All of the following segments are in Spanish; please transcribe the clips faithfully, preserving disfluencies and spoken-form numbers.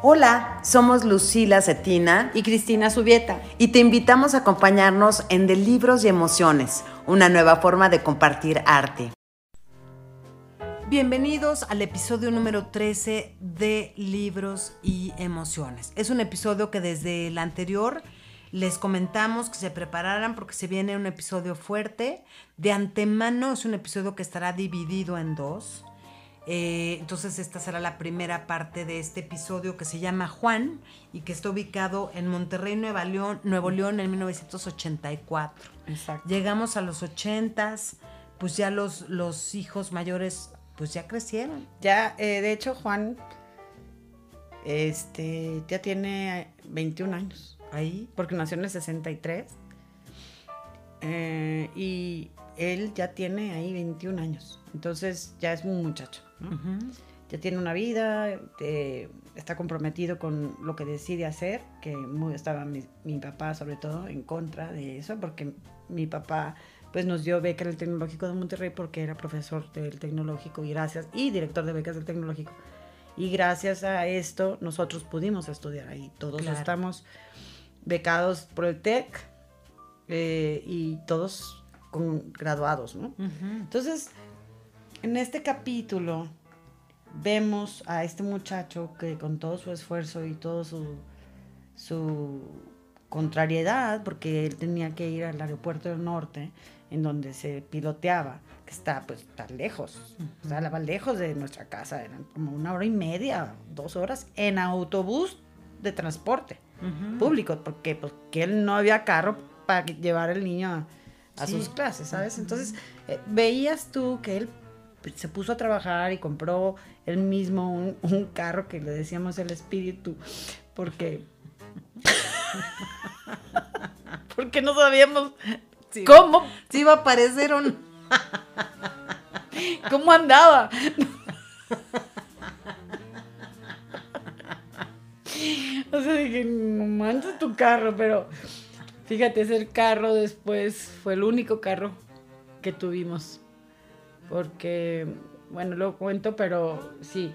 Hola, somos Lucila Cetina y Cristina Subieta y te invitamos a acompañarnos en De Libros y Emociones, una nueva forma de compartir arte. Bienvenidos al episodio número trece de Libros y Emociones. Es un episodio que desde el anterior les comentamos que se prepararan porque se viene un episodio fuerte. De antemano es un episodio que estará dividido en dos. Eh, entonces esta será la primera parte de este episodio que se llama Juan y que está ubicado en Monterrey, Nueva León, Nuevo León en mil novecientos ochenta y cuatro. Exacto. Llegamos a los ochentas, pues ya los, los hijos mayores pues ya crecieron. Ya, eh, de hecho, Juan este, ya tiene veintiún años. Ahí. Porque nació en el sesenta y tres. Eh, y él ya tiene ahí veintiún años. Entonces ya es un muchacho, ¿no? Uh-huh. Ya tiene una vida, eh, está comprometido con lo que decide hacer, que muy, estaba mi, mi papá sobre todo en contra de eso, porque mi papá pues nos dio beca en el Tecnológico de Monterrey porque era profesor del Tecnológico y gracias, y director de becas del Tecnológico. Y gracias a esto nosotros pudimos estudiar ahí. Todos claro. estamos becados por el TEC eh, y todos con graduados, ¿no? Uh-huh. Entonces, en este capítulo vemos a este muchacho que con todo su esfuerzo y todo su, su contrariedad, porque él tenía que ir al aeropuerto del norte, en donde se piloteaba, que está pues tan lejos, uh-huh. o sea, estaba lejos de nuestra casa, eran como una hora y media, dos horas, en autobús de transporte uh-huh. público, porque, porque él no había carro para llevar al niño a, a sí. sus clases, ¿sabes? Uh-huh. Entonces, eh, veías tú que él se puso a trabajar y compró él mismo un, un carro que le decíamos el espíritu, porque porque no sabíamos sí, cómo sí iba a aparecer un cómo andaba. O sea, dije, no manches tu carro, pero fíjate, ese carro después fue el único carro que tuvimos. Porque, bueno, lo cuento, pero sí,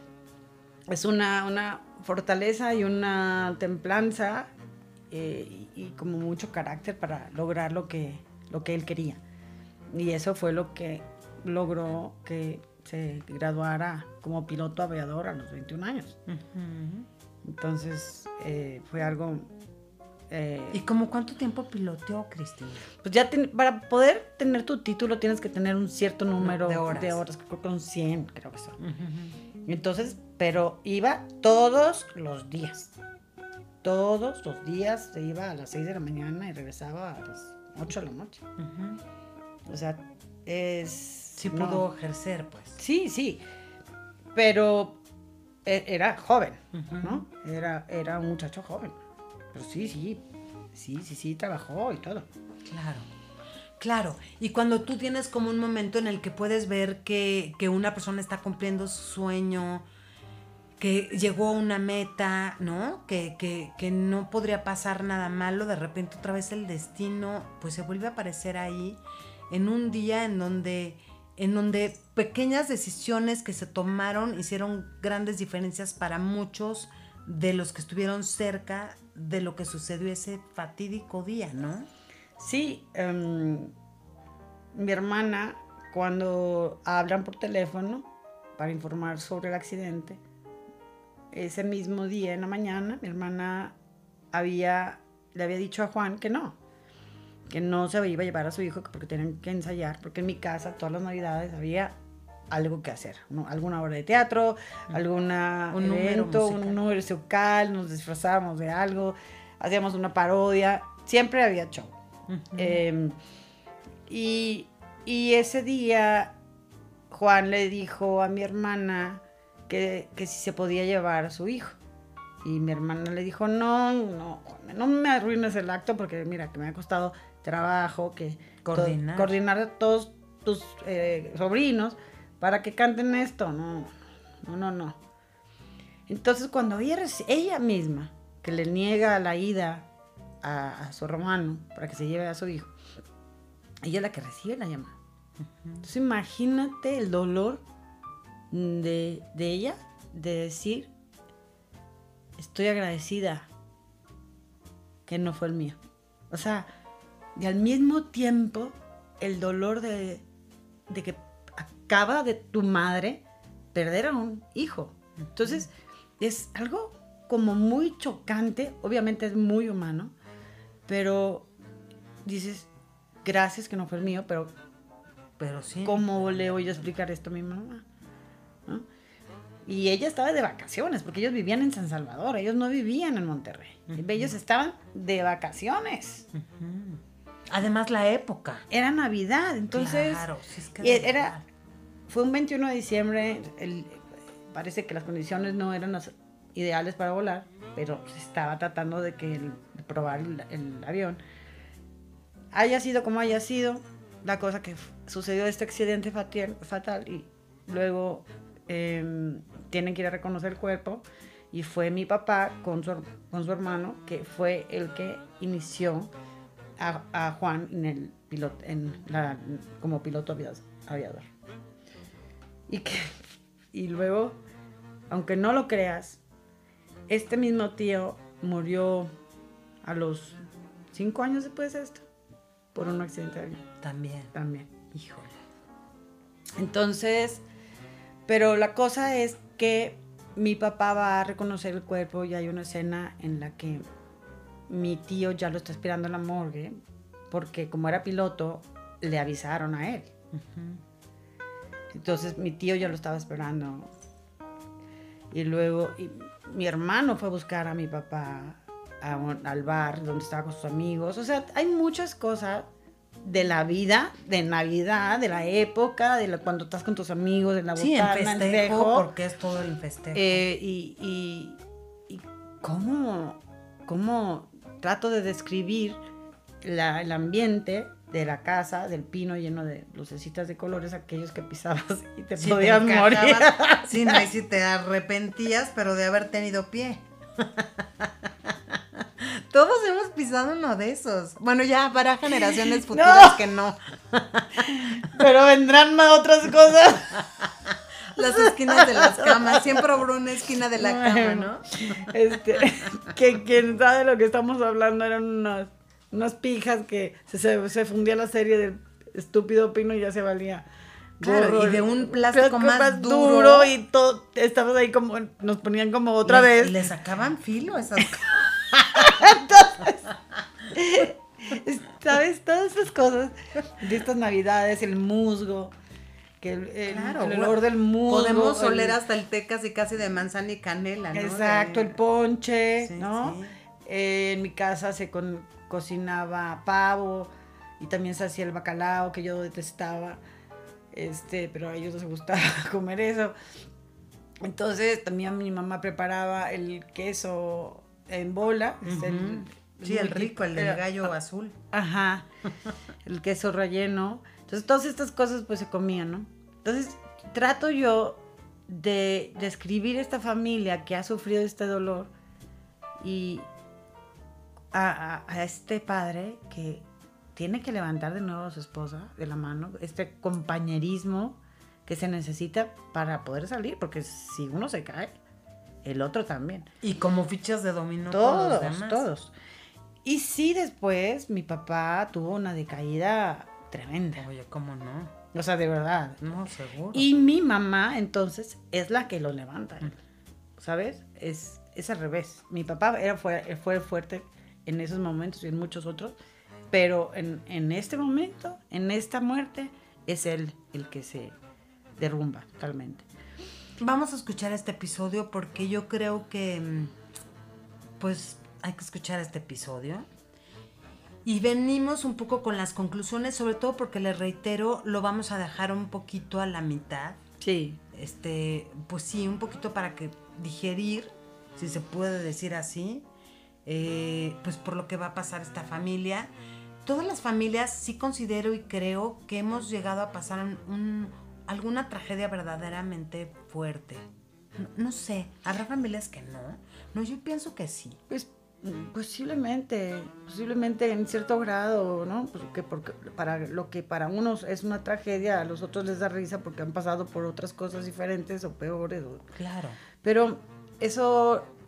es una, una fortaleza y una templanza eh, y, y como mucho carácter para lograr lo que, lo que él quería. Y eso fue lo que logró que se graduara como piloto aviador a los veintiún años. Uh-huh. Entonces, eh, fue algo... Eh, ¿Y como cuánto tiempo piloteó, Cristina? Pues ya ten, para poder tener tu título tienes que tener un cierto número de horas, de horas creo que son cien, creo que son. Uh-huh. Entonces, pero iba todos los días. Todos los días se iba a las seis de la mañana y regresaba a las ocho de la noche. Uh-huh. O sea, es... Sí no, pudo ejercer, pues. Sí, sí, pero era joven, uh-huh. ¿no? Era, era un muchacho joven. Pero sí, sí, sí, sí, sí, trabajó y todo. Claro, claro. Y cuando tú tienes como un momento en el que puedes ver que, que una persona está cumpliendo su sueño, que llegó a una meta, ¿no? Que, que, que no podría pasar nada malo, de repente otra vez el destino, pues se vuelve a aparecer ahí en un día en donde, en donde pequeñas decisiones que se tomaron hicieron grandes diferencias para muchos de los que estuvieron cerca de lo que sucedió ese fatídico día, ¿no? Sí, um, mi hermana, cuando hablan por teléfono para informar sobre el accidente, ese mismo día en la mañana, mi hermana había, le había dicho a Juan que no, que no se iba a llevar a su hijo porque tenían que ensayar, porque en mi casa todas las navidades había algo que hacer, ¿no? Alguna obra de teatro, alguna un evento, número un número musical, nos disfrazábamos de algo, hacíamos una parodia, siempre había show. Uh-huh. Eh, y, y ese día Juan le dijo a mi hermana que, que si se podía llevar a su hijo. Y mi hermana le dijo, no, no, no me arruines el acto porque mira, que me ha costado trabajo, que coordinar, to- coordinar a todos tus eh, sobrinos para que canten esto. No, no, no, no. Entonces cuando ella, ella misma, que le niega la ida a, a su hermano para que se lleve a su hijo, ella es la que recibe la llamada. Uh-huh. Entonces imagínate el dolor de, de ella de decir, estoy agradecida que no fue el mío. O sea, y al mismo tiempo, el dolor de, de que acaba de tu madre perder a un hijo. Entonces, es algo como muy chocante, obviamente es muy humano, pero dices, gracias que no fue el mío, pero, pero sí. ¿cómo le voy a explicar esto a mi mamá? ¿No? Y ella estaba de vacaciones, porque ellos vivían en San Salvador, ellos no vivían en Monterrey. Uh-huh. Ellos estaban de vacaciones. Uh-huh. Además, la época. Era Navidad, entonces... Claro, sí es que era, fue un veintiuno de diciembre, el, parece que las condiciones no eran las ideales para volar, pero se estaba tratando de, que el, de probar el, el avión. Haya sido como haya sido, la cosa que sucedió este accidente fatal, fatal y luego... Eh, tienen que ir a reconocer el cuerpo y fue mi papá con su, con su hermano que fue el que inició a, a Juan en el piloto, en la, como piloto aviador. Y, que, y luego, aunque no lo creas, este mismo tío murió a los cinco años después de esto por un accidente de avión. También. También. Híjole. Entonces... Pero la cosa es que mi papá va a reconocer el cuerpo y hay una escena en la que mi tío ya lo está esperando en la morgue porque como era piloto, le avisaron a él. Uh-huh. Entonces mi tío ya lo estaba esperando. Y luego y mi hermano fue a buscar a mi papá a un, al bar donde estaba con sus amigos. O sea, hay muchas cosas de la vida, de Navidad, de la época, de la, cuando estás con tus amigos, de la sí, botana, en festejo, festejo, porque es todo el festejo. Eh, y, y, y cómo, cómo trato de describir la, el ambiente de la casa, del pino lleno de lucecitas de colores, aquellos que pisabas y te sí, podías te morir. Sí, no, y si te arrepentías, pero de haber tenido pie. Todos hemos pisado uno de esos. Bueno, ya para generaciones futuras no. que no. Pero vendrán más otras cosas. Las esquinas de las camas. Siempre habrá una esquina de la bueno, cama, ¿no? Este, que quien sabe de lo que estamos hablando eran unas, unas pijas que se, se, se fundía la serie del estúpido pino y ya se valía. Claro, gorro, y de un plástico más, más duro. duro y todo, estabas ahí como, nos ponían como otra le, vez. Le sacaban filo a esas cosas. Entonces, ¿sabes? Todas esas cosas de estas navidades, el musgo, que el, el, claro, el olor del musgo. Podemos oler el, hasta el té casi casi de manzana y canela, ¿no? Exacto, de, el ponche, sí, ¿no? Sí. Eh, en mi casa se con, cocinaba pavo y también se hacía el bacalao que yo detestaba, este, pero a ellos les gustaba comer eso. Entonces también mi mamá preparaba el queso en bola, uh-huh. es el, sí, el rico, el del gallo eh, azul. Ajá, el queso relleno. Entonces, todas estas cosas pues se comían, ¿no? Entonces, trato yo de describir esta familia que ha sufrido este dolor y a, a, a este padre que tiene que levantar de nuevo a su esposa de la mano, este compañerismo que se necesita para poder salir, porque si uno se cae, el otro también. Y como fichas de dominó todos, todos los demás. Todos. Y sí, después mi papá tuvo una decaída tremenda. Oye, ¿cómo no? O sea, de verdad. No, seguro. Y mi mamá, entonces, es la que lo levanta. Mm. ¿Sabes? Es, es al revés. Mi papá era, fue, fue fuerte en esos momentos y en muchos otros, pero en, en este momento, en esta muerte, es él el que se derrumba totalmente. Vamos a escuchar este episodio porque yo creo que pues hay que escuchar este episodio y venimos un poco con las conclusiones, sobre todo porque les reitero, lo vamos a dejar un poquito a la mitad. Sí. Este, pues sí, un poquito para que digerir, si se puede decir así, eh, pues por lo que va a pasar esta familia. Todas las familias sí considero y creo que hemos llegado a pasar un alguna tragedia verdaderamente fuerte. No, no sé, ¿habrá familias que no? No, yo pienso que sí. Pues posiblemente, posiblemente en cierto grado, ¿no? Porque, porque para lo que para unos es una tragedia, a los otros les da risa porque han pasado por otras cosas diferentes o peores. O... Claro. Pero eso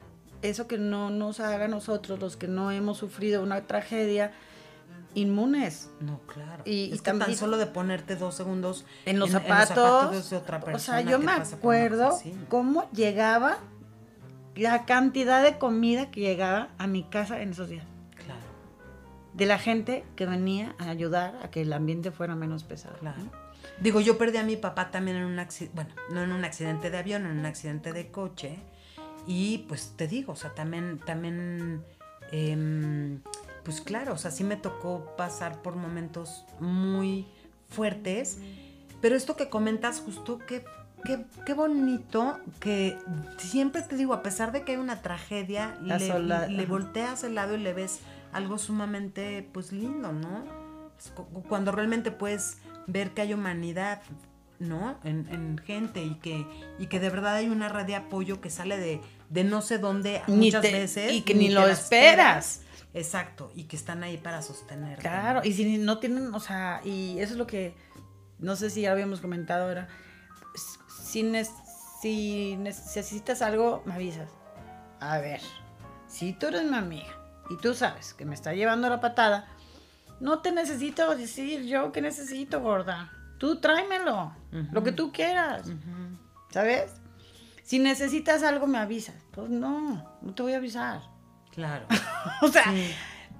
eso que no nos haga a nosotros, los que no hemos sufrido una tragedia, inmunes. No, claro. Y, es y que también, tan solo de ponerte dos segundos en los en, zapatos, en los zapatos de otra persona. O sea, yo me pasa acuerdo cómo llegaba la cantidad de comida que llegaba a mi casa en esos días. Claro. De la gente que venía a ayudar a que el ambiente fuera menos pesado. Claro. ¿no? Digo, yo perdí a mi papá también en un accidente, bueno, no en un accidente de avión, en un accidente de coche. Y pues te digo, o sea, también, también, eh, pues claro, o sea, sí me tocó pasar por momentos muy fuertes. Pero esto que comentas justo, qué, qué, qué bonito que siempre te digo, a pesar de que hay una tragedia, La le, sola, le volteas el lado y le ves algo sumamente, pues lindo, ¿no? Cuando realmente puedes ver que hay humanidad, ¿no? En, en gente y que, y que de verdad hay una red de apoyo que sale de, de no sé dónde ni muchas te, veces. Y que ni, ni lo esperas. esperas. Exacto, y que están ahí para sostener. Claro, y si no tienen, o sea, y eso es lo que, no sé si ya habíamos comentado ahora, si, ne- si necesitas algo, me avisas. A ver, si tú eres mi amiga y tú sabes que me está llevando la patada, no te necesito decir yo que necesito, gorda. Tú tráemelo, uh-huh. lo que tú quieras, uh-huh. ¿sabes? Si necesitas algo, me avisas. Pues no, no te voy a avisar. Claro. O sea, sí.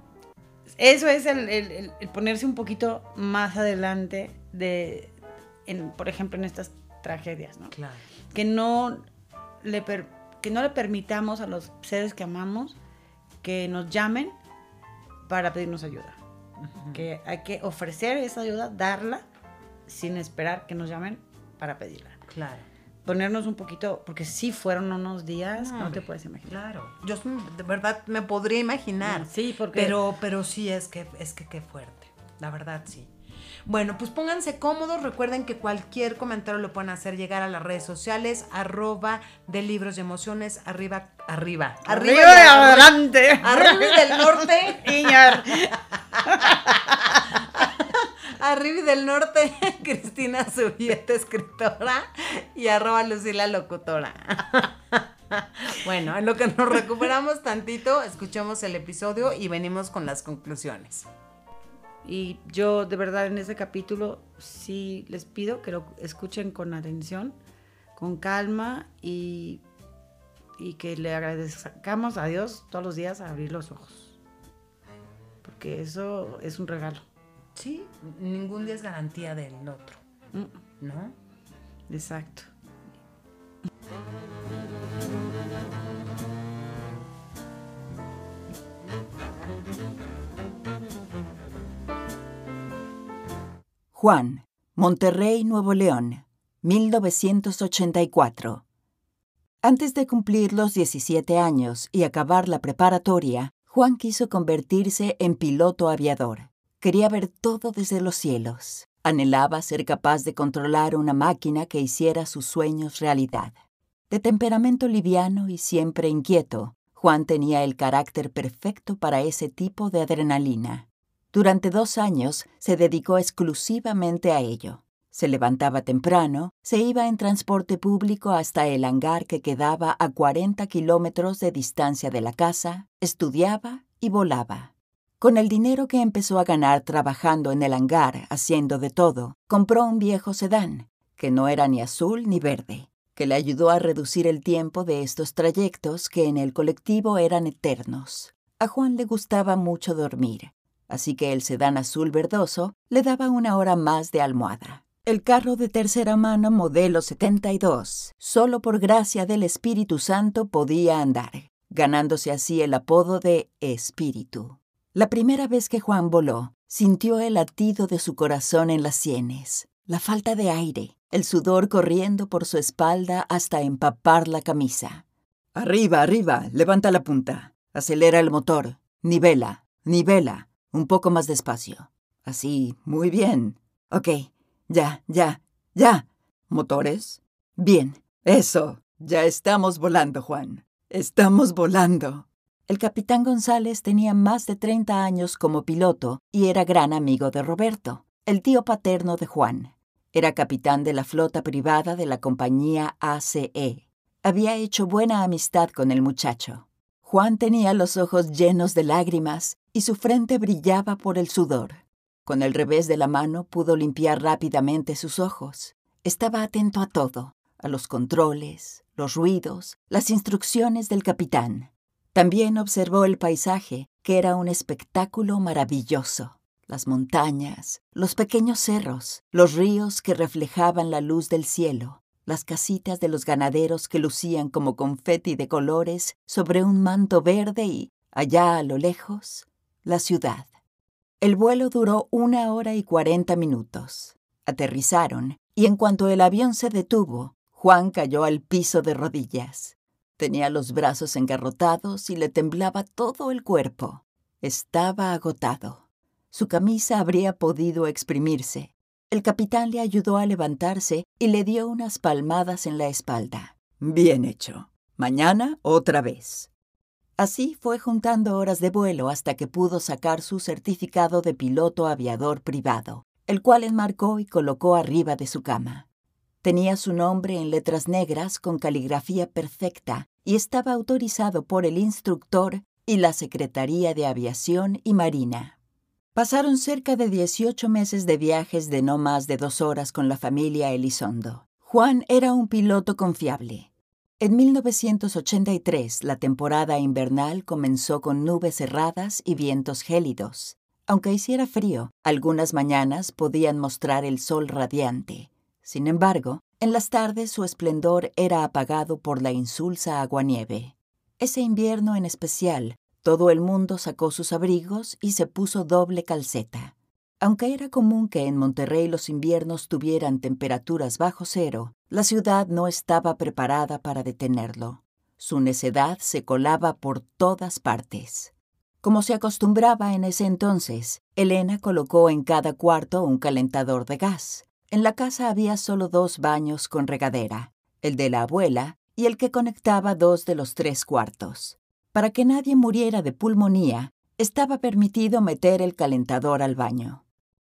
eso es el, el, el ponerse un poquito más adelante de, en, por ejemplo, en estas tragedias, ¿no? Claro. Que no le per, que no le permitamos a los seres que amamos que nos llamen para pedirnos ayuda. Uh-huh. Que hay que ofrecer esa ayuda, darla, sin esperar que nos llamen para pedirla. Claro. Ponernos un poquito, porque sí fueron unos días, no, no te puedes imaginar. Claro. Yo de verdad me podría imaginar. Sí, porque... Pero, pero sí, es que, es que qué fuerte. La verdad, sí. Bueno, pues pónganse cómodos. Recuerden que cualquier comentario lo pueden hacer llegar a las redes sociales, arroba de libros y emociones, arriba, arriba. Arriba, arriba y adelante. Arriba del norte. Iñar. Arriba del norte, Cristina Zubieta, escritora, y arroba Lucila, locutora. Bueno, en lo que nos recuperamos tantito, escuchamos el episodio y venimos con las conclusiones. Y yo, de verdad, en este capítulo, sí les pido que lo escuchen con atención, con calma y, y que le agradezcamos a Dios todos los días a abrir los ojos. Porque eso es un regalo. Sí, ningún día es garantía del otro, ¿no? Exacto. Juan, Monterrey, Nuevo León, mil novecientos ochenta y cuatro. Antes de cumplir los diecisiete años y acabar la preparatoria, Juan quiso convertirse en piloto aviador. Quería ver todo desde los cielos. Anhelaba ser capaz de controlar una máquina que hiciera sus sueños realidad. De temperamento liviano y siempre inquieto, Juan tenía el carácter perfecto para ese tipo de adrenalina. Durante dos años se dedicó exclusivamente a ello. Se levantaba temprano, se iba en transporte público hasta el hangar que quedaba a cuarenta kilómetros de distancia de la casa, estudiaba y volaba. Con el dinero que empezó a ganar trabajando en el hangar, haciendo de todo, compró un viejo sedán, que no era ni azul ni verde, que le ayudó a reducir el tiempo de estos trayectos que en el colectivo eran eternos. A Juan le gustaba mucho dormir, así que el sedán azul verdoso le daba una hora más de almohada. El carro de tercera mano modelo setenta y dos, solo por gracia del Espíritu Santo podía andar, ganándose así el apodo de Espíritu. La primera vez que Juan voló, sintió el latido de su corazón en las sienes, la falta de aire, el sudor corriendo por su espalda hasta empapar la camisa. Arriba, arriba, levanta la punta, acelera el motor, nivela, nivela, un poco más despacio. Así, muy bien. Ok, ya, ya, ya. ¿Motores? Bien, eso. Ya estamos volando, Juan. Estamos volando. El capitán González tenía más de treinta años como piloto y era gran amigo de Roberto, el tío paterno de Juan. Era capitán de la flota privada de la compañía A C E. Había hecho buena amistad con el muchacho. Juan tenía los ojos llenos de lágrimas y su frente brillaba por el sudor. Con el revés de la mano pudo limpiar rápidamente sus ojos. Estaba atento a todo, a los controles, los ruidos, las instrucciones del capitán. También observó el paisaje, que era un espectáculo maravilloso. Las montañas, los pequeños cerros, los ríos que reflejaban la luz del cielo, las casitas de los ganaderos que lucían como confeti de colores sobre un manto verde y, allá a lo lejos, la ciudad. El vuelo duró una hora y cuarenta minutos. Aterrizaron y en cuanto el avión se detuvo, Juan cayó al piso de rodillas. Tenía los brazos engarrotados y le temblaba todo el cuerpo. Estaba agotado. Su camisa habría podido exprimirse. El capitán le ayudó a levantarse y le dio unas palmadas en la espalda. «Bien hecho. Mañana otra vez». Así fue juntando horas de vuelo hasta que pudo sacar su certificado de piloto aviador privado, el cual enmarcó y colocó arriba de su cama. Tenía su nombre en letras negras con caligrafía perfecta y estaba autorizado por el instructor y la Secretaría de Aviación y Marina. Pasaron cerca de dieciocho meses de viajes de no más de dos horas con la familia Elizondo. Juan era un piloto confiable. En mil novecientos ochenta y tres, la temporada invernal comenzó con nubes cerradas y vientos gélidos. Aunque hiciera frío, algunas mañanas podían mostrar el sol radiante. Sin embargo, en las tardes su esplendor era apagado por la insulsa aguanieve. Ese invierno en especial, todo el mundo sacó sus abrigos y se puso doble calceta. Aunque era común que en Monterrey los inviernos tuvieran temperaturas bajo cero, la ciudad no estaba preparada para detenerlo. Su necedad se colaba por todas partes. Como se acostumbraba en ese entonces, Elena colocó en cada cuarto un calentador de gas. En la casa había solo dos baños con regadera, el de la abuela y el que conectaba dos de los tres cuartos. Para que nadie muriera de pulmonía, estaba permitido meter el calentador al baño.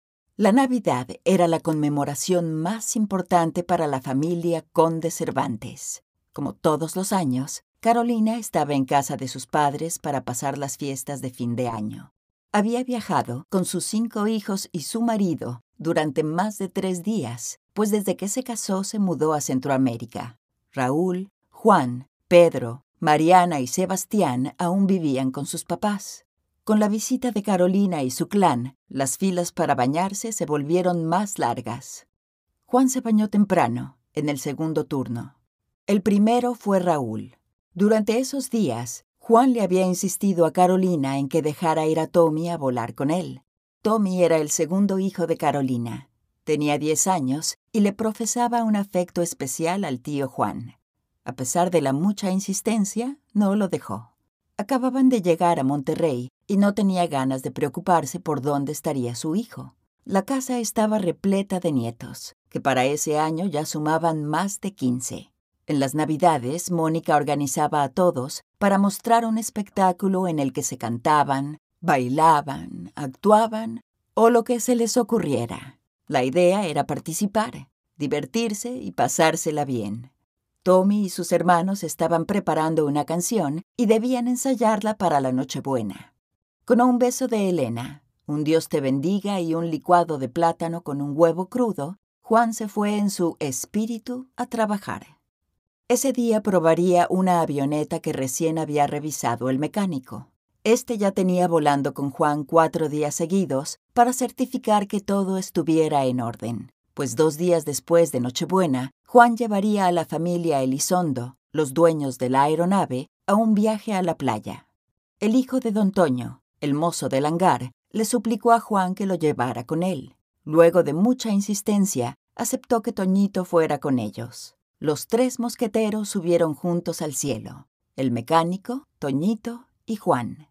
La Navidad era la conmemoración más importante para la familia Conde Cervantes. Como todos los años, Carolina estaba en casa de sus padres para pasar las fiestas de fin de año. Había viajado con sus cinco hijos y su marido durante más de tres días, pues desde que se casó se mudó a Centroamérica. Raúl, Juan, Pedro, Mariana y Sebastián aún vivían con sus papás. Con la visita de Carolina y su clan, las filas para bañarse se volvieron más largas. Juan se bañó temprano, en el segundo turno. El primero fue Raúl. Durante esos días, Juan le había insistido a Carolina en que dejara ir a Tommy a volar con él. Tommy era el segundo hijo de Carolina. Tenía diez años y le profesaba un afecto especial al tío Juan. A pesar de la mucha insistencia, no lo dejó. Acababan de llegar a Monterrey y no tenía ganas de preocuparse por dónde estaría su hijo. La casa estaba repleta de nietos, que para ese año ya sumaban más de quince. En las Navidades, Mónica organizaba a todos para mostrar un espectáculo en el que se cantaban, bailaban, actuaban o lo que se les ocurriera. La idea era participar, divertirse y pasársela bien. Tommy y sus hermanos estaban preparando una canción y debían ensayarla para la Nochebuena. Con un beso de Elena, un Dios te bendiga y un licuado de plátano con un huevo crudo, Juan se fue en su espíritu a trabajar. Ese día probaría una avioneta que recién había revisado el mecánico. Este ya tenía volando con Juan cuatro días seguidos para certificar que todo estuviera en orden, pues dos días después de Nochebuena, Juan llevaría a la familia Elizondo, los dueños de la aeronave, a un viaje a la playa. El hijo de don Toño, el mozo del hangar, le suplicó a Juan que lo llevara con él. Luego de mucha insistencia, aceptó que Toñito fuera con ellos. Los tres mosqueteros subieron juntos al cielo, el mecánico, Toñito y Juan.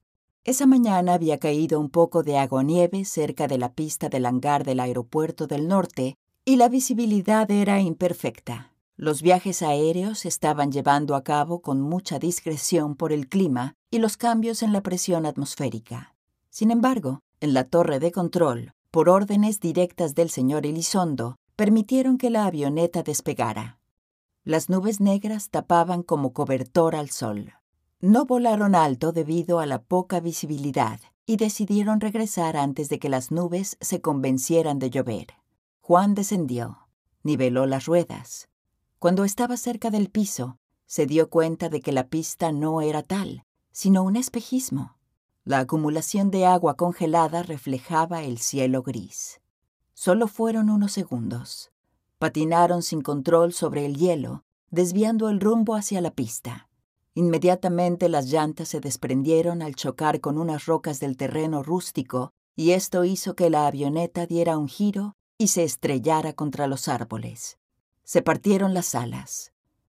Esa mañana había caído un poco de aguanieve cerca de la pista del hangar del Aeropuerto del Norte y la visibilidad era imperfecta. Los viajes aéreos se estaban llevando a cabo con mucha discreción por el clima y los cambios en la presión atmosférica. Sin embargo, en la torre de control, por órdenes directas del señor Elizondo, permitieron que la avioneta despegara. Las nubes negras tapaban como cobertor al sol. no volaron alto debido a la poca visibilidad y decidieron regresar antes de que las nubes se convencieran de llover. Juan descendió, niveló las ruedas. Cuando estaba cerca del piso, se dio cuenta de que la pista no era tal, sino un espejismo. La acumulación de agua congelada reflejaba el cielo gris. Solo fueron unos segundos. Patinaron sin control sobre el hielo, desviando el rumbo hacia la pista. Inmediatamente las llantas se desprendieron al chocar con unas rocas del terreno rústico, y esto hizo que la avioneta diera un giro y se estrellara contra los árboles. Se partieron las alas.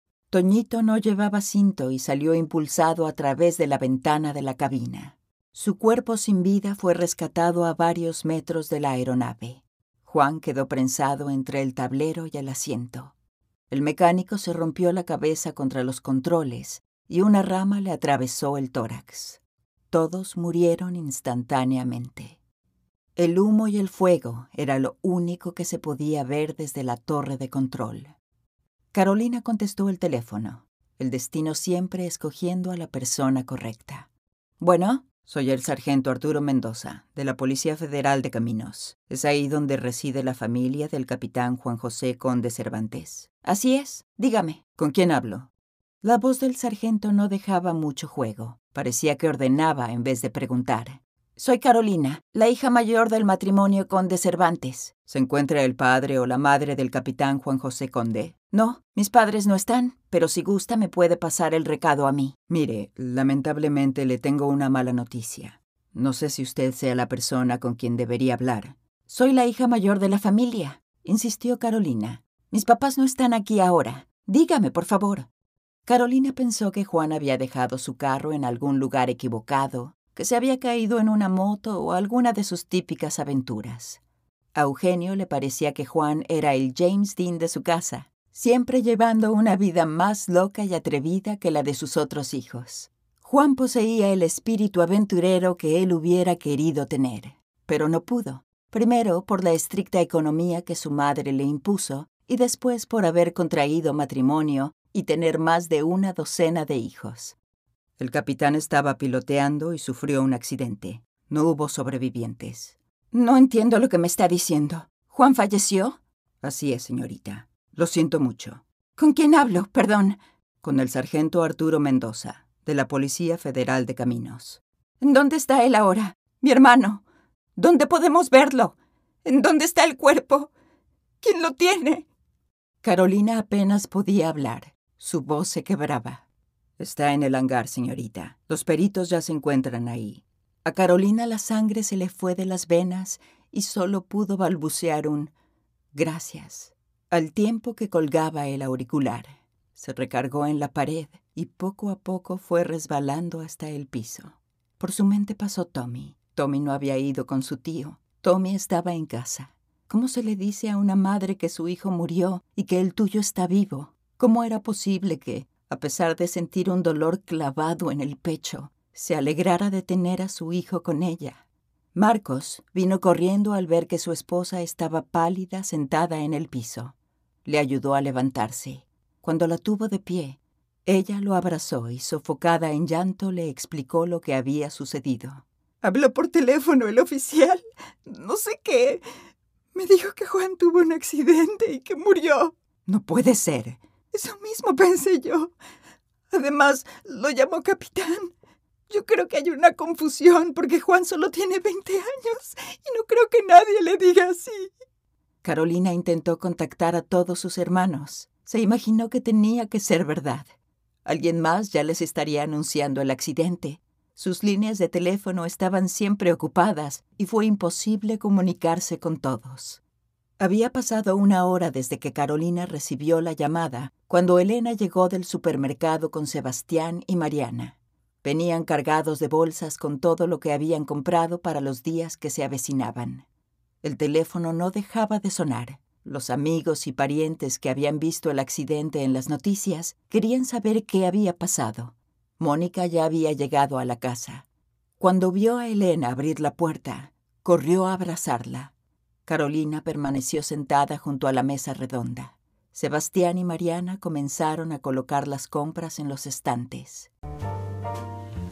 Toñito no llevaba cinto y salió impulsado a través de la ventana de la cabina. Su cuerpo sin vida fue rescatado a varios metros de la aeronave. Juan quedó prensado entre el tablero y el asiento. El mecánico se rompió la cabeza contra los controles y una rama le atravesó el tórax. Todos murieron instantáneamente. El humo y el fuego era lo único que se podía ver desde la torre de control. Carolina contestó el teléfono, el destino siempre escogiendo a la persona correcta. «Bueno, soy el sargento Arturo Mendoza, de la Policía Federal de Caminos. ¿Es ahí donde reside la familia del capitán Juan José Conde Cervantes?» «Así es. Dígame, ¿con quién hablo?» La voz del sargento no dejaba mucho juego. Parecía que ordenaba en vez de preguntar. «Soy Carolina, la hija mayor del matrimonio Conde Cervantes». «¿Se encuentra el padre o la madre del capitán Juan José Conde?» «No, mis padres no están, pero si gusta me puede pasar el recado a mí». «Mire, lamentablemente le tengo una mala noticia. No sé si usted sea la persona con quien debería hablar». «Soy la hija mayor de la familia», insistió Carolina. «Mis papás no están aquí ahora. Dígame, por favor». Carolina pensó que Juan había dejado su carro en algún lugar equivocado, que se había caído en una moto o alguna de sus típicas aventuras. A Eugenio le parecía que Juan era el James Dean de su casa, siempre llevando una vida más loca y atrevida que la de sus otros hijos. Juan poseía el espíritu aventurero que él hubiera querido tener, pero no pudo. Primero por la estricta economía que su madre le impuso y después por haber contraído matrimonio y tener más de una docena de hijos. El capitán estaba piloteando y sufrió un accidente. No hubo sobrevivientes. «No entiendo lo que me está diciendo. ¿Juan falleció?» «Así es, señorita. Lo siento mucho». «¿Con quién hablo? Perdón». «Con el sargento Arturo Mendoza, de la Policía Federal de Caminos». «¿En dónde está él ahora? Mi hermano. ¿Dónde podemos verlo? ¿En dónde está el cuerpo? ¿Quién lo tiene?» Carolina apenas podía hablar. Su voz se quebraba. «Está en el hangar, señorita. Los peritos ya se encuentran ahí». A Carolina la sangre se le fue de las venas y solo pudo balbucear un «gracias» al tiempo que colgaba el auricular. Se recargó en la pared y poco a poco fue resbalando hasta el piso. Por su mente pasó Tommy. Tommy no había ido con su tío. Tommy estaba en casa. ¿Cómo se le dice a una madre que su hijo murió y que el tuyo está vivo? ¿Cómo era posible que, a pesar de sentir un dolor clavado en el pecho, se alegrara de tener a su hijo con ella? Marcos vino corriendo al ver que su esposa estaba pálida sentada en el piso. Le ayudó a levantarse. Cuando la tuvo de pie, ella lo abrazó y, sofocada en llanto, le explicó lo que había sucedido. «Habló por teléfono el oficial. No sé qué. Me dijo que Juan tuvo un accidente y que murió». «No puede ser». «Eso mismo pensé yo. Además, lo llamó capitán. Yo creo que hay una confusión porque Juan solo tiene veinte años y no creo que nadie le diga así». Carolina intentó contactar a todos sus hermanos. Se imaginó que tenía que ser verdad. Alguien más ya les estaría anunciando el accidente. Sus líneas de teléfono estaban siempre ocupadas y fue imposible comunicarse con todos. Había pasado una hora desde que Carolina recibió la llamada, cuando Elena llegó del supermercado con Sebastián y Mariana. Venían cargados de bolsas con todo lo que habían comprado para los días que se avecinaban. El teléfono no dejaba de sonar. Los amigos y parientes que habían visto el accidente en las noticias querían saber qué había pasado. Mónica ya había llegado a la casa. Cuando vio a Elena abrir la puerta, corrió a abrazarla. Carolina permaneció sentada junto a la mesa redonda. Sebastián y Mariana comenzaron a colocar las compras en los estantes.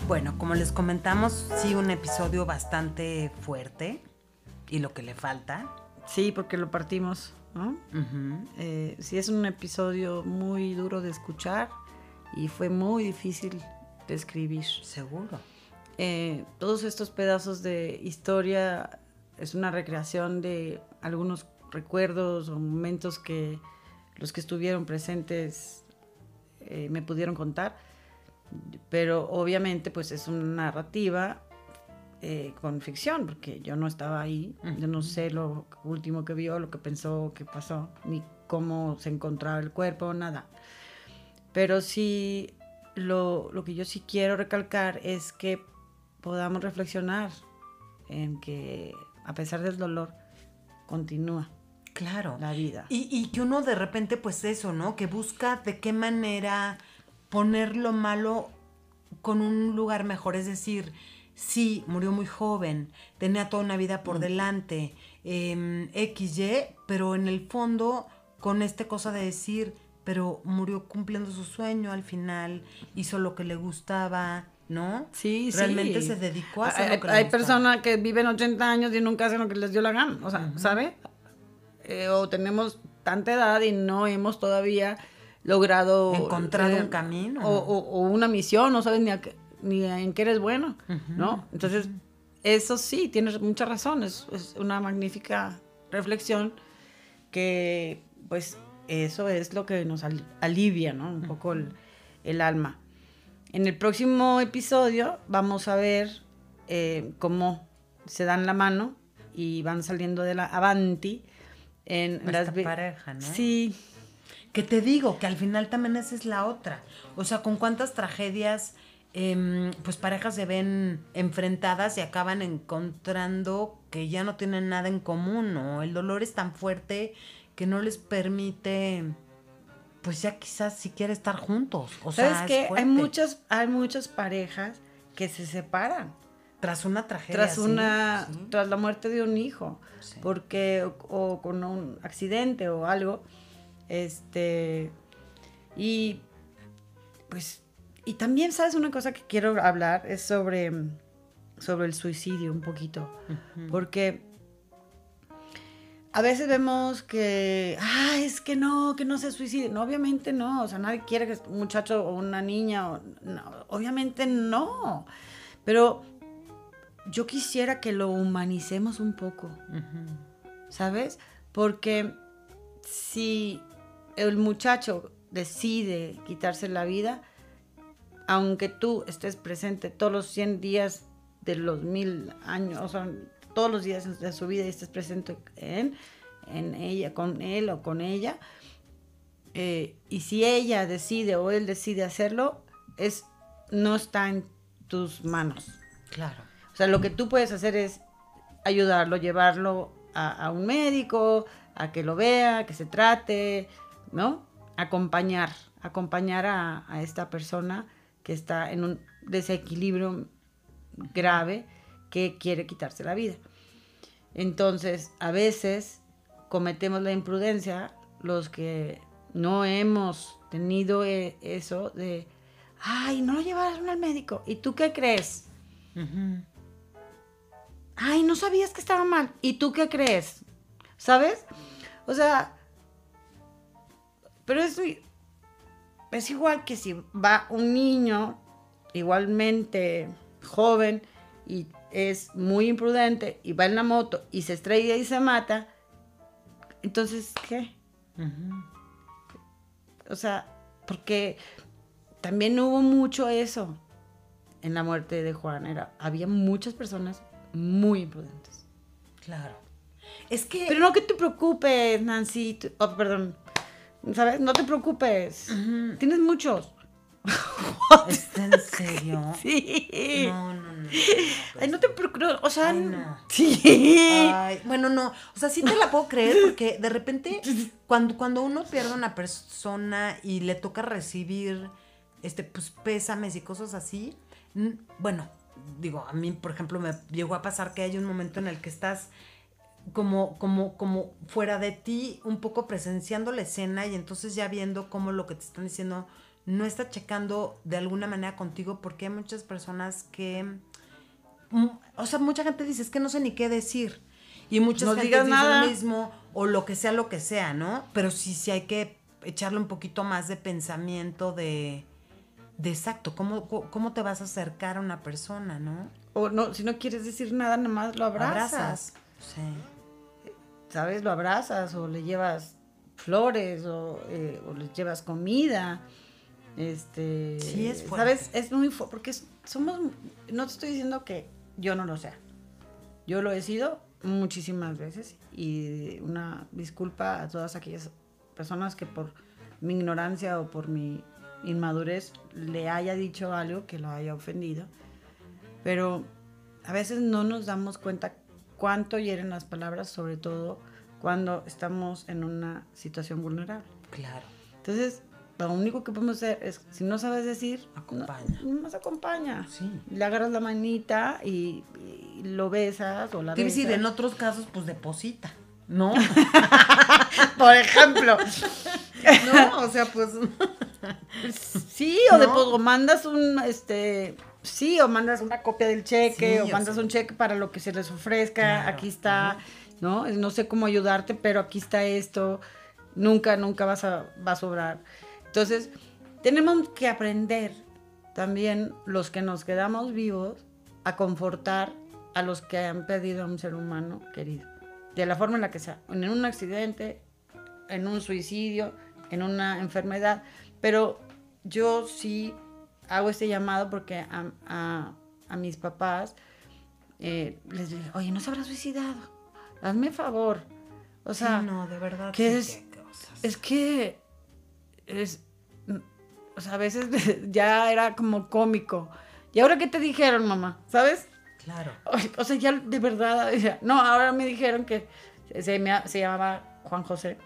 Bueno, como les comentamos, sí, un episodio bastante fuerte y lo que le falta. Sí, porque lo partimos, ¿no? Uh-huh. Eh, sí, es un episodio muy duro de escuchar y fue muy difícil de escribir. Seguro. Eh, todos estos pedazos de historia es una recreación de algunos recuerdos o momentos que los que estuvieron presentes eh, me pudieron contar, pero obviamente pues es una narrativa eh, con ficción, porque yo no estaba ahí, uh-huh. Yo no sé lo último que vio, lo que pensó, qué pasó, ni cómo se encontraba el cuerpo, nada. Pero sí, lo, lo que yo sí quiero recalcar es que podamos reflexionar en que a pesar del dolor continúa. Claro. La vida. Y, y que uno de repente, pues eso, ¿no? Que busca de qué manera poner lo malo con un lugar mejor. Es decir, sí, murió muy joven, tenía toda una vida por mm. delante, eh, equis ye, pero en el fondo, con esta cosa de decir, pero murió cumpliendo su sueño al final, hizo lo que le gustaba, ¿no? Sí, Realmente sí. se dedicó a hacer hay, lo que hay le gustaba. Hay personas que viven ochenta años y nunca hacen lo que les dio la gana, o sea, uh-huh. ¿sabe? Eh, o tenemos tanta edad y no hemos todavía logrado encontrado eh, un camino o, o, o una misión, no sabes ni, a, ni a en qué eres bueno, uh-huh. ¿no? Entonces, uh-huh. eso sí, tienes mucha razón, es, es una magnífica reflexión que, pues, eso es lo que nos al, alivia, ¿no? Un uh-huh. poco el, el alma. En el próximo episodio vamos a ver eh, cómo se dan la mano y van saliendo de la Avanti en esta las vi- pareja, ¿no? Sí. Que te digo, que al final también esa es la otra. O sea, con cuántas tragedias, eh, pues parejas se ven enfrentadas y acaban encontrando que ya no tienen nada en común, ¿no? El dolor es tan fuerte que no les permite, pues ya quizás siquiera estar juntos. O ¿Sabes sea, qué? es fuerte. Hay muchas, hay muchas parejas que se separan. Tras una tragedia. Tras una, sí, sí. tras la muerte de un hijo. Sí. Porque, o, o con un accidente o algo. Este, y pues, y también, ¿sabes? Una cosa que quiero hablar es sobre, sobre el suicidio un poquito. Uh-huh. Porque a veces vemos que, ah, es que no, que no se suicide. No, obviamente no. O sea, nadie quiere que un muchacho o una niña, o, no, obviamente no. Pero yo quisiera que lo humanicemos un poco, uh-huh. ¿sabes? Porque si el muchacho decide quitarse la vida, aunque tú estés presente todos los cien días de los mil años, o sea, todos los días de su vida y estés presente en, en ella, con él o con ella, eh, y si ella decide o él decide hacerlo, es, no está en tus manos. Claro. O sea, lo que tú puedes hacer es ayudarlo, llevarlo a, a un médico, a que lo vea, que se trate, ¿no? Acompañar, acompañar a, a esta persona que está en un desequilibrio grave, que quiere quitarse la vida. Entonces, a veces cometemos la imprudencia, los que no hemos tenido eso de, ay, no lo llevaron al médico, ¿y tú qué crees? Uh-huh. Ay, no sabías que estaba mal, ¿y tú qué crees? ¿Sabes? O sea, pero es, es igual que si va un niño igualmente joven y es muy imprudente y va en la moto y se estrella y se mata, entonces, ¿qué? Uh-huh. O sea, porque también hubo mucho eso en la muerte de Juan. Era, había muchas personas muy imprudentes. Claro. Es que... Pero no que te preocupes, Nancy. Tú, oh, perdón. ¿Sabes? No te preocupes. Uh-huh. Tienes muchos. ¿Estás en serio? Sí. No, no, no. no Ay, no te preocupes. O sea, Ay, no. Sí. Ay, bueno, no. O sea, sí te la puedo creer porque de repente cuando, cuando uno pierde a una persona y le toca recibir este, pues, pésames y cosas así, bueno, digo, a mí, por ejemplo, me llegó a pasar que hay un momento en el que estás como, como, como fuera de ti, un poco presenciando la escena y entonces ya viendo cómo lo que te están diciendo no está checando de alguna manera contigo, porque hay muchas personas que, o sea, mucha gente dice, es que no sé ni qué decir, y muchas no gente digas dicen nada. lo mismo, o lo que sea, lo que sea, ¿no? Pero sí, sí hay que echarle un poquito más de pensamiento de, de exacto, ¿cómo, cómo te vas a acercar a una persona, ¿no? O no, si no quieres decir nada, nada más lo abrazas. Abrazas, sí. ¿Sabes? Lo abrazas, o le llevas flores, o, eh, o le llevas comida. Este, sí, es fuerte. ¿Sabes? Es muy fuerte, porque somos, no te estoy diciendo que yo no lo sea. Yo lo he sido muchísimas veces, y una disculpa a todas aquellas personas que por mi ignorancia o por mi inmadurez le haya dicho algo que lo haya ofendido. Pero a veces no nos damos cuenta cuánto hieren las palabras, sobre todo cuando estamos en una situación vulnerable. Claro. Entonces, lo único que podemos hacer es, si no sabes decir, acompaña. No, más acompaña. Sí. Le agarras la manita y, y lo besas o la Quiero besas. decir, en otros casos, pues deposita, ¿no? Por ejemplo. No, o sea, pues... Sí, o, ¿no? de, o mandas un, este... Sí, o mandas una copia del cheque, sí, o mandas sea, un cheque para lo que se les ofrezca, claro, aquí está, ¿no? ¿no? No sé cómo ayudarte, pero aquí está esto, nunca, nunca vas a, va a sobrar. Entonces, tenemos que aprender también, los que nos quedamos vivos, a confortar a los que han perdido a un ser humano querido, de la forma en la que sea, en un accidente, en un suicidio, en una enfermedad, pero yo sí hago este llamado porque a, a, a mis papás eh, les digo, oye, no se habrá suicidado, hazme favor. O sea, sí, no, de verdad. que sí, es, qué cosas. es que es, o sea, a veces ya era como cómico. ¿Y ahora qué te dijeron, mamá? ¿Sabes? Claro. O, o sea, ya de verdad, o sea, no, ahora me dijeron que se, me, se llamaba Juan José.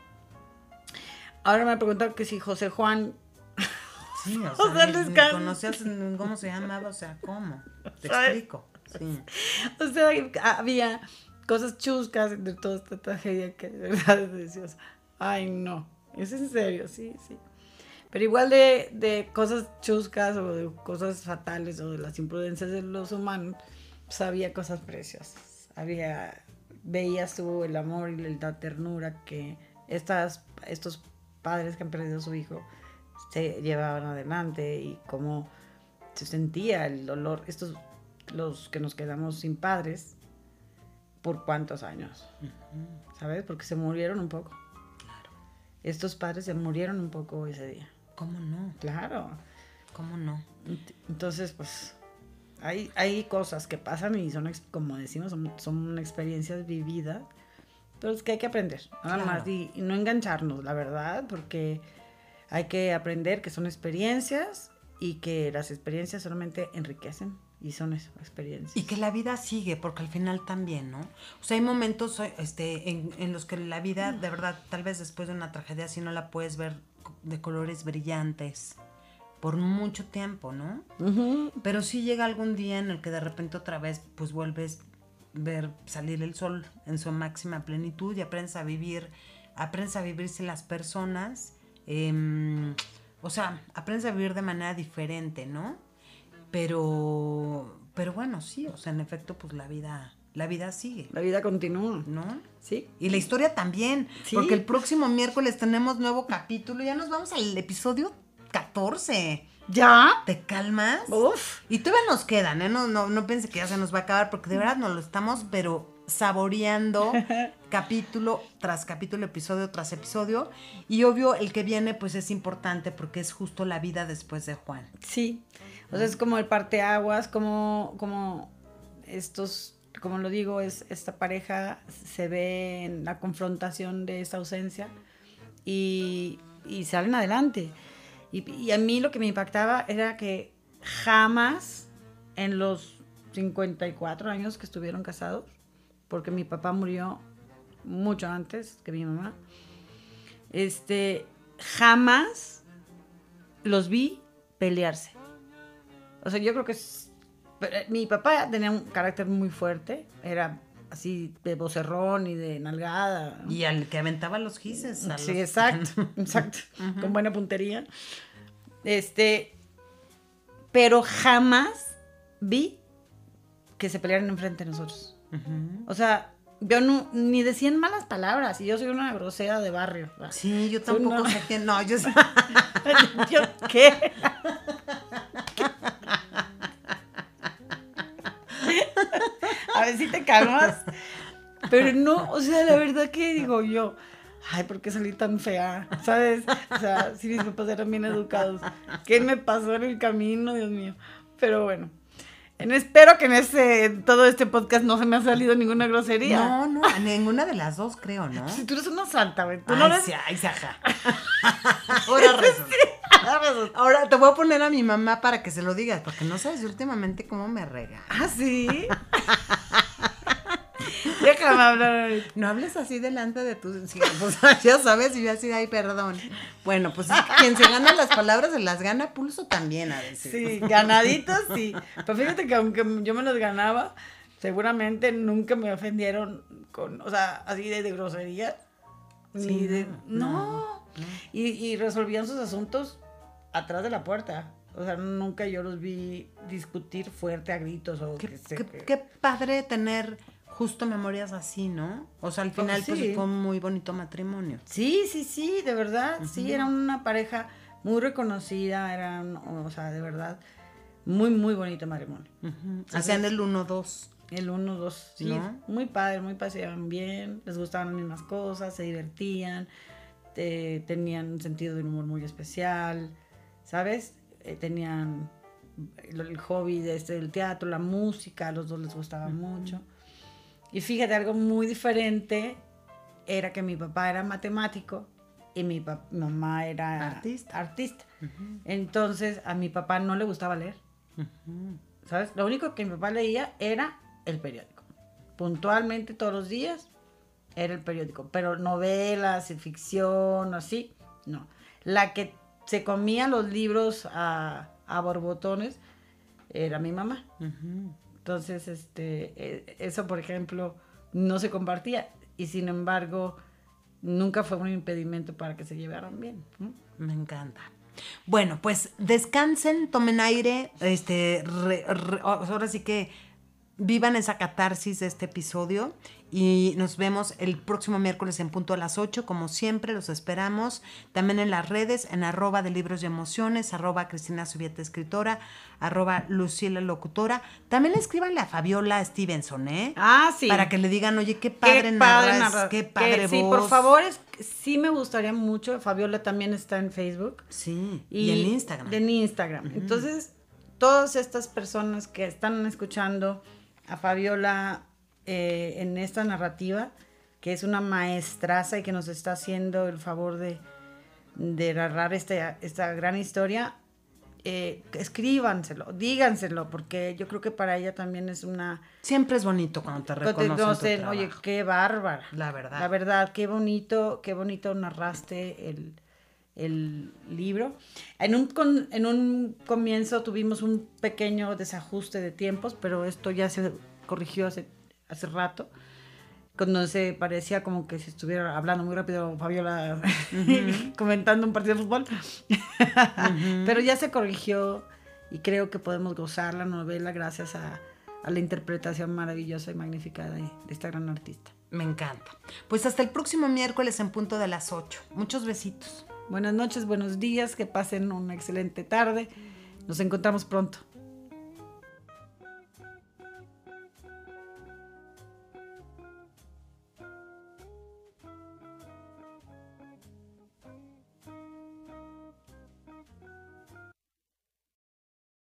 Ahora me preguntan que si José Juan. Sí, o sea, O sea, ni, les ni can- conocías cómo se llamaba, o sea, ¿cómo? Te ¿sabes? explico. Sí. O sea, había cosas chuscas de toda esta tragedia que de verdad decías, ay, no, es en serio, sí, sí. Pero igual de, de cosas chuscas o de cosas fatales o de las imprudencias de los humanos, pues había cosas preciosas. Había, veías tú el amor y la ternura que estas, estos padres que han perdido a su hijo se llevaban adelante, y cómo se sentía el dolor. Estos, los que nos quedamos sin padres, ¿por cuántos años? Uh-huh. ¿Sabes? Porque se murieron un poco. Claro. Estos padres se murieron un poco ese día. ¿Cómo no? Claro. ¿Cómo no? Entonces, pues, hay, hay cosas que pasan y son, como decimos, son, son experiencias vividas, pero es que hay que aprender, nada claro. más, y, y no engancharnos, la verdad, porque hay que aprender que son experiencias y que las experiencias solamente enriquecen, y son eso, experiencias. Y que la vida sigue, porque al final también, ¿no? O sea, hay momentos este, en, en los que la vida, de verdad, tal vez después de una tragedia así no la puedes ver de colores brillantes por mucho tiempo, ¿no? Uh-huh. Pero sí llega algún día en el que de repente otra vez pues vuelves a ver salir el sol en su máxima plenitud, y aprendes a vivir, aprendes a vivir sin las personas, eh, o sea, aprendes a vivir de manera diferente, ¿no? Pero, pero bueno, sí, o sea, en efecto, pues la vida, la vida sigue. La vida continúa, ¿no? Sí. Y la historia también, sí. Porque el próximo miércoles tenemos nuevo capítulo, ya nos vamos al episodio catorce. ¿Ya? ¿Te calmas? Uf. Y todavía nos quedan, ¿eh? No, no, no piense que ya se nos va a acabar, porque de verdad nos lo estamos, pero saboreando capítulo tras capítulo, episodio tras episodio. Y obvio, el que viene, pues es importante porque es justo la vida después de Juan. Sí. O sea, es como el parteaguas, como, como estos, como lo digo, es esta pareja se ve en la confrontación de esta ausencia y, y salen adelante. Y, y a mí lo que me impactaba era que jamás en los cincuenta y cuatro años que estuvieron casados, porque mi papá murió mucho antes que mi mamá, este, jamás los vi pelearse. O sea, yo creo que es, mi papá tenía un carácter muy fuerte, era así de vocerrón y de nalgada, ¿no? Y al que aventaba los gises. Sí, exacto, exacto, uh-huh. Con buena puntería. Este, pero jamás vi que se pelearan enfrente de nosotros. Uh-huh. O sea, yo no, ni decían malas palabras, y yo soy una grosera de barrio. Sí, yo tampoco una... sé quién, no, yo sé. ¿Yo qué? A ver si te calmas. Pero no, o sea, la verdad que digo yo, ay, ¿por qué salí tan fea? ¿Sabes? O sea, si mis papás eran bien educados. ¿Qué me pasó en el camino, Dios mío? Pero bueno. En, espero que en ese todo este podcast no se me ha salido ninguna grosería. No, no, a ninguna de las dos creo, ¿no? Si tú eres una santa, güey. Tú ay, no eres... sí, ay, sí, ajá. Ahora resulta. Ahora te voy a poner a mi mamá para que se lo digas, porque no sabes últimamente cómo me rega. ¿Ah, sí? Déjame hablar. No hables así delante de tus hijos, pues, ya sabes, y yo así, ay, perdón. Bueno, pues es que quien se gana las palabras se las gana pulso también a veces. Sí, ganaditos sí. Pero fíjate que aunque yo me los ganaba, seguramente nunca me ofendieron con, o sea, así de, de grosería. Sí, ni de, no, no. no. Y, y resolvían sus asuntos atrás de la puerta. O sea, nunca yo los vi discutir fuerte a gritos o Qué, que se, qué, que... qué padre tener justo memorias así, ¿no? O sea, al final, sí. pues fue un muy bonito matrimonio. Sí, sí, sí, de verdad. Uh-huh. Sí, era una pareja muy reconocida, eran, o sea, de verdad, muy, muy bonito matrimonio. Uh-huh. Hacían el uno dos. El uno dos, sí. ¿No? Muy padre, muy padre, se llevaban bien, les gustaban las mismas cosas, se divertían, te, tenían un sentido de humor muy especial, ¿sabes? Eh, tenían el, el hobby de este, del teatro, la música, a los dos les gustaba uh-huh. mucho. Y fíjate, algo muy diferente era que mi papá era matemático y mi, pa- mi mamá era artista. artista. Uh-huh. Entonces, a mi papá no le gustaba leer. Uh-huh. ¿Sabes? Lo único que mi papá leía era el periódico. Puntualmente todos los días era el periódico. Pero novelas, ficción, así, no. La que se comía los libros a, a borbotones era mi mamá. Uh-huh. Entonces, este, eso, por ejemplo, no se compartía. Y sin embargo, nunca fue un impedimento para que se llevaran bien. ¿Mm? Me encanta. Bueno, pues descansen, tomen aire, este, re, re, ahora sí que vivan esa catarsis de este episodio y nos vemos el próximo miércoles en punto a las ocho, como siempre, los esperamos también en las redes, en arroba de libros y emociones, arroba Cristina Subieta escritora, arroba Lucila locutora, también escríbanle a Fabiola Stevenson, ¿eh? Ah, sí. Para que le digan, oye, qué padre, qué padre narras, narrar, qué padre que, voz. Sí, por favor, es, sí me gustaría mucho, Fabiola también está en Facebook. Sí, y, y en Instagram. En Instagram, uh-huh. Entonces, todas estas personas que están escuchando a Fabiola eh, en esta narrativa, que es una maestraza y que nos está haciendo el favor de, de narrar este, esta gran historia, eh, escríbanselo, díganselo, porque yo creo que para ella también es una... Siempre es bonito cuando te reconocen tu trabajo. Oye, qué bárbara. La verdad. La verdad, qué bonito, qué bonito narraste el... el libro. En un, con, en un comienzo tuvimos un pequeño desajuste de tiempos, pero esto ya se corrigió hace, hace rato, cuando se parecía como que se estuviera hablando muy rápido Fabiola uh-huh. comentando un partido de fútbol. Uh-huh. Pero ya se corrigió y creo que podemos gozar la novela gracias a, a la interpretación maravillosa y magnífica de, de esta gran artista. Me encanta. Pues hasta el próximo miércoles en punto de las ocho. Muchos besitos. Buenas noches, buenos días, que pasen una excelente tarde. Nos encontramos pronto.